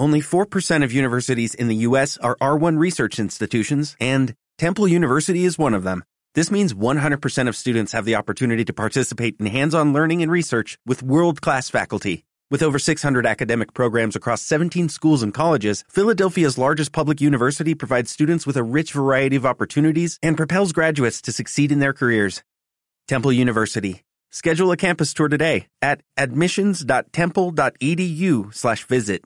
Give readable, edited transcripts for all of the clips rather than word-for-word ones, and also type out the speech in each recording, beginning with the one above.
only 4% of universities in the U.S. are R1 research institutions, and Temple University is one of them. This means 100% of students have the opportunity to participate in hands-on learning and research with world-class faculty. With over 600 academic programs across 17 schools and colleges, Philadelphia's largest public university provides students with a rich variety of opportunities and propels graduates to succeed in their careers. Temple University. Schedule a campus tour today at admissions.temple.edu/visit.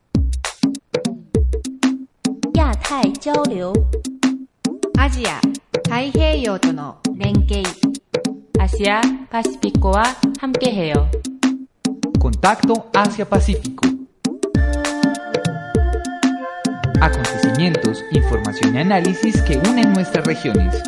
亚太交流アジア太平洋との連携아시아 파시피코와 함께해요. Contacto Asia-Pacífico. Acontecimientos, información y análisis que unen nuestras regiones.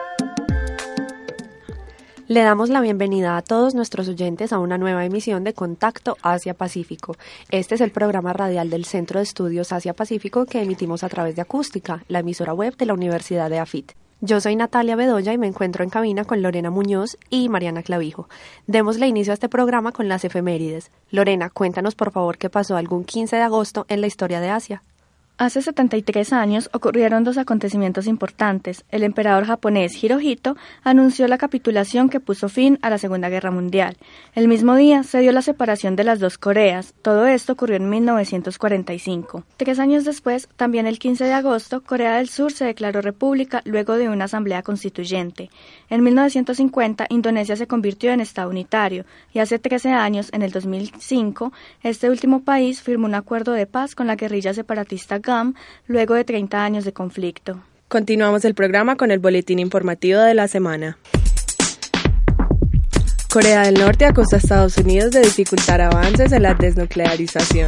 Le damos la bienvenida a todos nuestros oyentes a una nueva emisión de Contacto Asia-Pacífico. Este es el programa radial del Centro de Estudios Asia-Pacífico que emitimos a través de Acústica, la emisora web de la Universidad de AFIT. Yo soy Natalia Bedoya y me encuentro en cabina con Lorena Muñoz y Mariana Clavijo. Démosle inicio a este programa con las efemérides. Lorena, cuéntanos por favor qué pasó algún 15 de agosto en la historia de Asia. Hace 73 años ocurrieron dos acontecimientos importantes. El emperador japonés Hirohito anunció la capitulación que puso fin a la Segunda Guerra Mundial. El mismo día se dio la separación de las dos Coreas. Todo esto ocurrió en 1945. 3 años después, también el 15 de agosto, Corea del Sur se declaró república luego de una asamblea constituyente. En 1950, Indonesia se convirtió en Estado unitario y hace 13 años, en el 2005, este último país firmó un acuerdo de paz con la guerrilla separatista GAM luego de 30 años de conflicto. Continuamos el programa con el boletín informativo de la semana. Corea del Norte acusa a Estados Unidos de dificultar avances en la desnuclearización.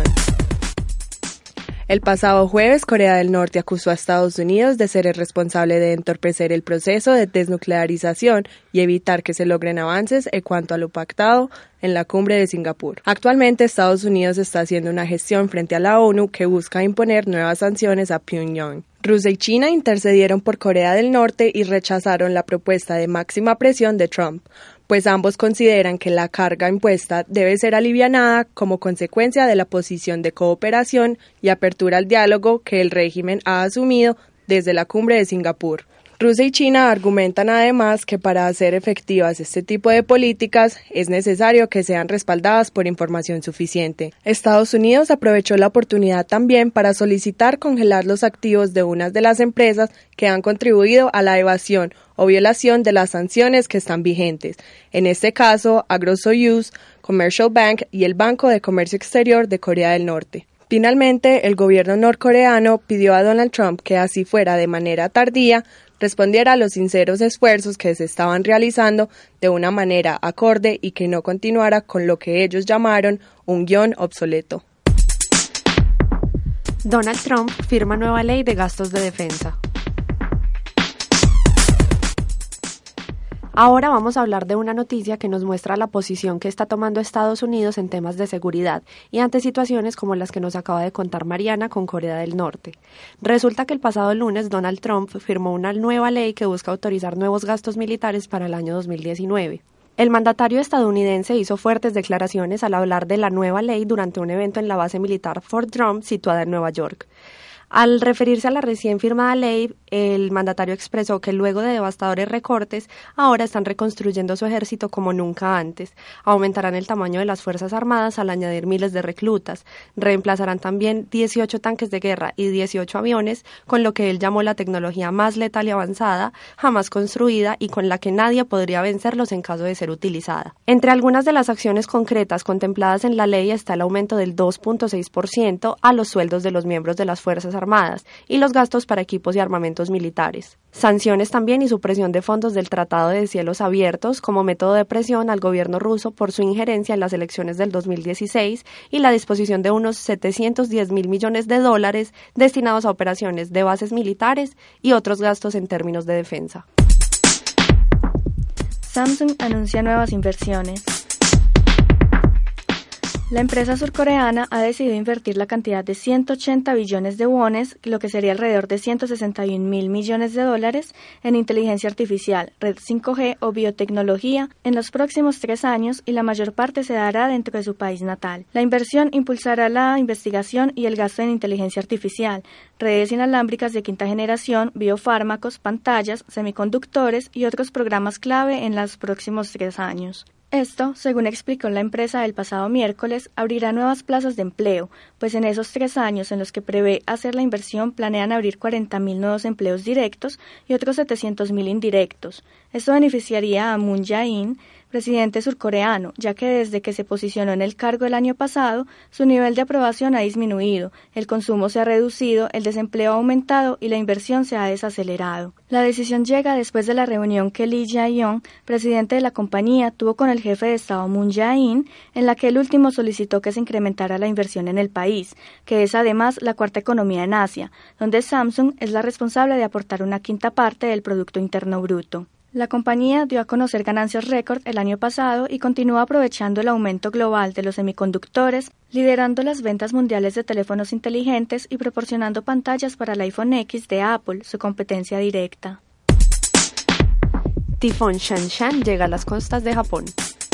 El pasado jueves, Corea del Norte acusó a Estados Unidos de ser el responsable de entorpecer el proceso de desnuclearización y evitar que se logren avances en cuanto a lo pactado en la cumbre de Singapur. Actualmente, Estados Unidos está haciendo una gestión frente a la ONU que busca imponer nuevas sanciones a Pyongyang. Rusia y China intercedieron por Corea del Norte y rechazaron la propuesta de máxima presión de Trump, pues ambos consideran que la carga impuesta debe ser alivianada como consecuencia de la posición de cooperación y apertura al diálogo que el régimen ha asumido desde la cumbre de Singapur. Rusia y China argumentan además que para hacer efectivas este tipo de políticas es necesario que sean respaldadas por información suficiente. Estados Unidos aprovechó la oportunidad también para solicitar congelar los activos de unas de las empresas que han contribuido a la evasión o violación de las sanciones que están vigentes. En este caso, AgroSoyuz, Commercial Bank y el Banco de Comercio Exterior de Corea del Norte. Finalmente, el gobierno norcoreano pidió a Donald Trump que así fuera de manera tardía, respondiera a los sinceros esfuerzos que se estaban realizando de una manera acorde y que no continuara con lo que ellos llamaron un guión obsoleto. Donald Trump firma nueva ley de gastos de defensa. Ahora vamos a hablar de una noticia que nos muestra la posición que está tomando Estados Unidos en temas de seguridad y ante situaciones como las que nos acaba de contar Mariana con Corea del Norte. Resulta que el pasado lunes Donald Trump firmó una nueva ley que busca autorizar nuevos gastos militares para el año 2019. El mandatario estadounidense hizo fuertes declaraciones al hablar de la nueva ley durante un evento en la base militar Fort Drum situada en Nueva York. Al referirse a la recién firmada ley, el mandatario expresó que luego de devastadores recortes, ahora están reconstruyendo su ejército como nunca antes. Aumentarán el tamaño de las Fuerzas Armadas al añadir miles de reclutas. Reemplazarán también 18 tanques de guerra y 18 aviones, con lo que él llamó la tecnología más letal y avanzada jamás construida y con la que nadie podría vencerlos en caso de ser utilizada. Entre algunas de las acciones concretas contempladas en la ley está el aumento del 2.6% a los sueldos de los miembros de las Fuerzas Armadas y los gastos para equipos y armamentos militares. Sanciones también y supresión de fondos del Tratado de Cielos Abiertos como método de presión al gobierno ruso por su injerencia en las elecciones del 2016 y la disposición de unos 710.000 millones de dólares destinados a operaciones de bases militares y otros gastos en términos de defensa. Samsung anuncia nuevas inversiones. La empresa surcoreana ha decidido invertir la cantidad de 180 billones de wones, lo que sería alrededor de 161.000 millones de dólares, en inteligencia artificial, red 5G o biotecnología en los próximos 3 años y la mayor parte se dará dentro de su país natal. La inversión impulsará la investigación y el gasto en inteligencia artificial, redes inalámbricas de quinta generación, biofármacos, pantallas, semiconductores y otros programas clave en los próximos 3 años. Esto, según explicó la empresa el pasado miércoles, abrirá nuevas plazas de empleo, pues en esos 3 años en los que prevé hacer la inversión planean abrir 40.000 nuevos empleos directos y otros 700.000 indirectos. Esto beneficiaría a Moon Jae-in, presidente surcoreano, ya que desde que se posicionó en el cargo el año pasado, su nivel de aprobación ha disminuido, el consumo se ha reducido, el desempleo ha aumentado y la inversión se ha desacelerado. La decisión llega después de la reunión que Lee Jae-yong, presidente de la compañía, tuvo con el jefe de Estado Moon Jae-in, en la que el último solicitó que se incrementara la inversión en el país, que es además la cuarta economía en Asia, donde Samsung es la responsable de aportar una quinta parte del Producto Interno Bruto. La compañía dio a conocer ganancias récord el año pasado y continúa aprovechando el aumento global de los semiconductores, liderando las ventas mundiales de teléfonos inteligentes y proporcionando pantallas para el iPhone X de Apple, su competencia directa. Tifón Shanshan llega a las costas de Japón.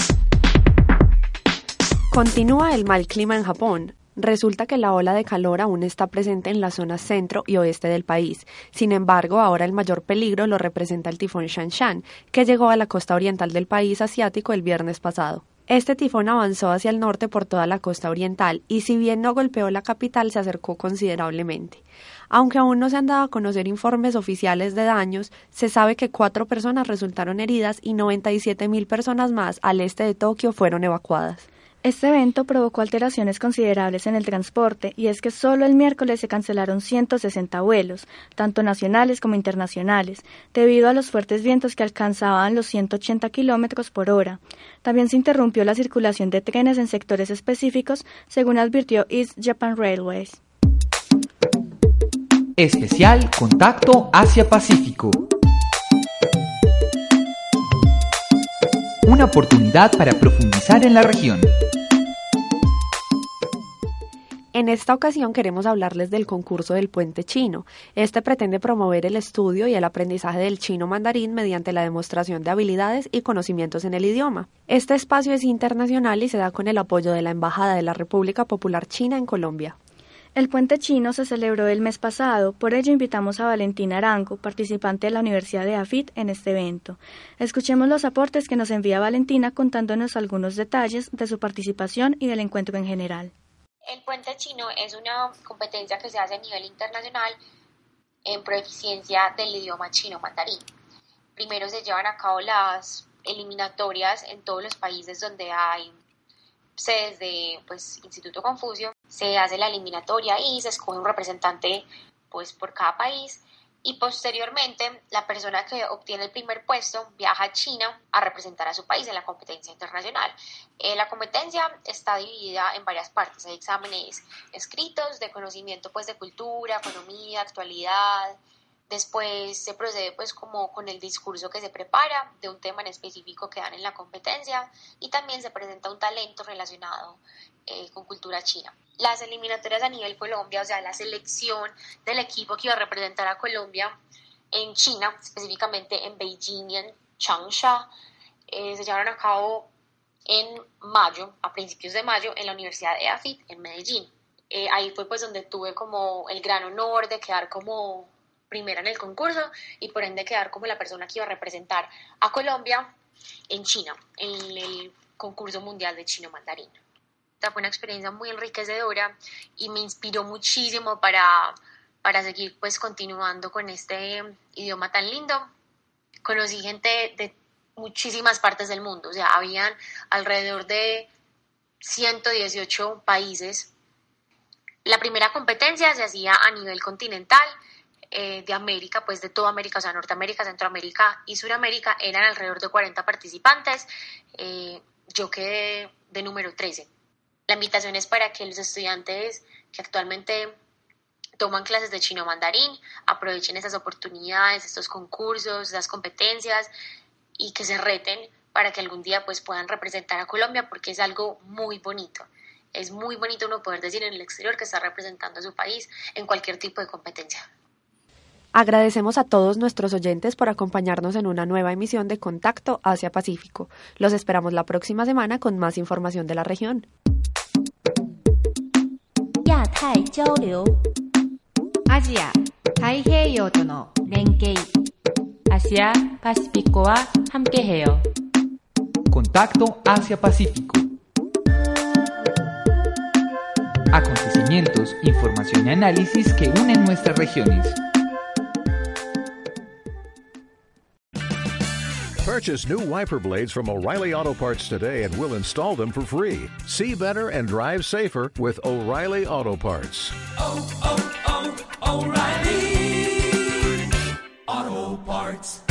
Continúa el mal clima en Japón. Resulta que la ola de calor aún está presente en las zonas centro y oeste del país. Sin embargo, ahora el mayor peligro lo representa el tifón Shanshan, que llegó a la costa oriental del país asiático el viernes pasado. Este tifón avanzó hacia el norte por toda la costa oriental y si bien no golpeó la capital, se acercó considerablemente. Aunque aún no se han dado a conocer informes oficiales de daños, se sabe que 4 personas resultaron heridas y 97.000 personas más al este de Tokio fueron evacuadas. Este evento provocó alteraciones considerables en el transporte y es que solo el miércoles se cancelaron 160 vuelos, tanto nacionales como internacionales, debido a los fuertes vientos que alcanzaban los 180 kilómetros por hora. También se interrumpió la circulación de trenes en sectores específicos, según advirtió East Japan Railways. Especial Contacto Asia-Pacífico. Una oportunidad para profundizar en la región. En esta ocasión queremos hablarles del concurso del puente chino. Este pretende promover el estudio y el aprendizaje del chino mandarín mediante la demostración de habilidades y conocimientos en el idioma. Este espacio es internacional y se da con el apoyo de la Embajada de la República Popular China en Colombia. El puente chino se celebró el mes pasado, por ello invitamos a Valentina Arango, participante de la Universidad de AFIT, en este evento. Escuchemos los aportes que nos envía Valentina contándonos algunos detalles de su participación y del encuentro en general. El puente chino es una competencia que se hace a nivel internacional en proficiencia del idioma chino mandarín. Primero se llevan a cabo las eliminatorias en todos los países donde hay sedes de Instituto Confucio. Se hace la eliminatoria y se escoge un representante por cada país. Y posteriormente, la persona que obtiene el primer puesto viaja a China a representar a su país en la competencia internacional. La competencia está dividida en varias partes. Hay exámenes escritos de conocimiento de cultura, economía, actualidad. Después se procede como con el discurso que se prepara de un tema en específico que dan en la competencia y también se presenta un talento relacionado con cultura china. Las eliminatorias a nivel Colombia, o sea, la selección del equipo que iba a representar a Colombia en China, específicamente en Beijing y en Changsha, se llevaron a cabo en mayo, a principios de mayo, en la Universidad de AFIT en Medellín. Ahí fue donde tuve como el gran honor de quedar como primera en el concurso y por ende quedar como la persona que iba a representar a Colombia en China, en el concurso mundial de chino mandarín. Fue una experiencia muy enriquecedora y me inspiró muchísimo para seguir continuando con este idioma tan lindo. Conocí gente de muchísimas partes del mundo, o sea, habían alrededor de 118 países. La primera competencia se hacía a nivel continental de América, de toda América, o sea, Norteamérica, Centroamérica y Suramérica, eran alrededor de 40 participantes. Yo quedé de número 13. La invitación es para que los estudiantes que actualmente toman clases de chino mandarín aprovechen esas oportunidades, estos concursos, esas competencias y que se reten para que algún día puedan representar a Colombia porque es algo muy bonito. es muy bonito uno poder decir en el exterior que está representando a su país en cualquier tipo de competencia. Agradecemos a todos nuestros oyentes por acompañarnos en una nueva emisión de Contacto Asia-Pacífico. Los esperamos la próxima semana con más información de la región. 亚太交流アジア太平洋との連携アシアパシフィコは함께해요. Contacto Asia-Pacífico. Acontecimientos, información y análisis que unen nuestras regiones. Purchase new wiper blades from O'Reilly Auto Parts today and we'll install them for free. See better and drive safer with O'Reilly Auto Parts. O'Reilly Auto Parts.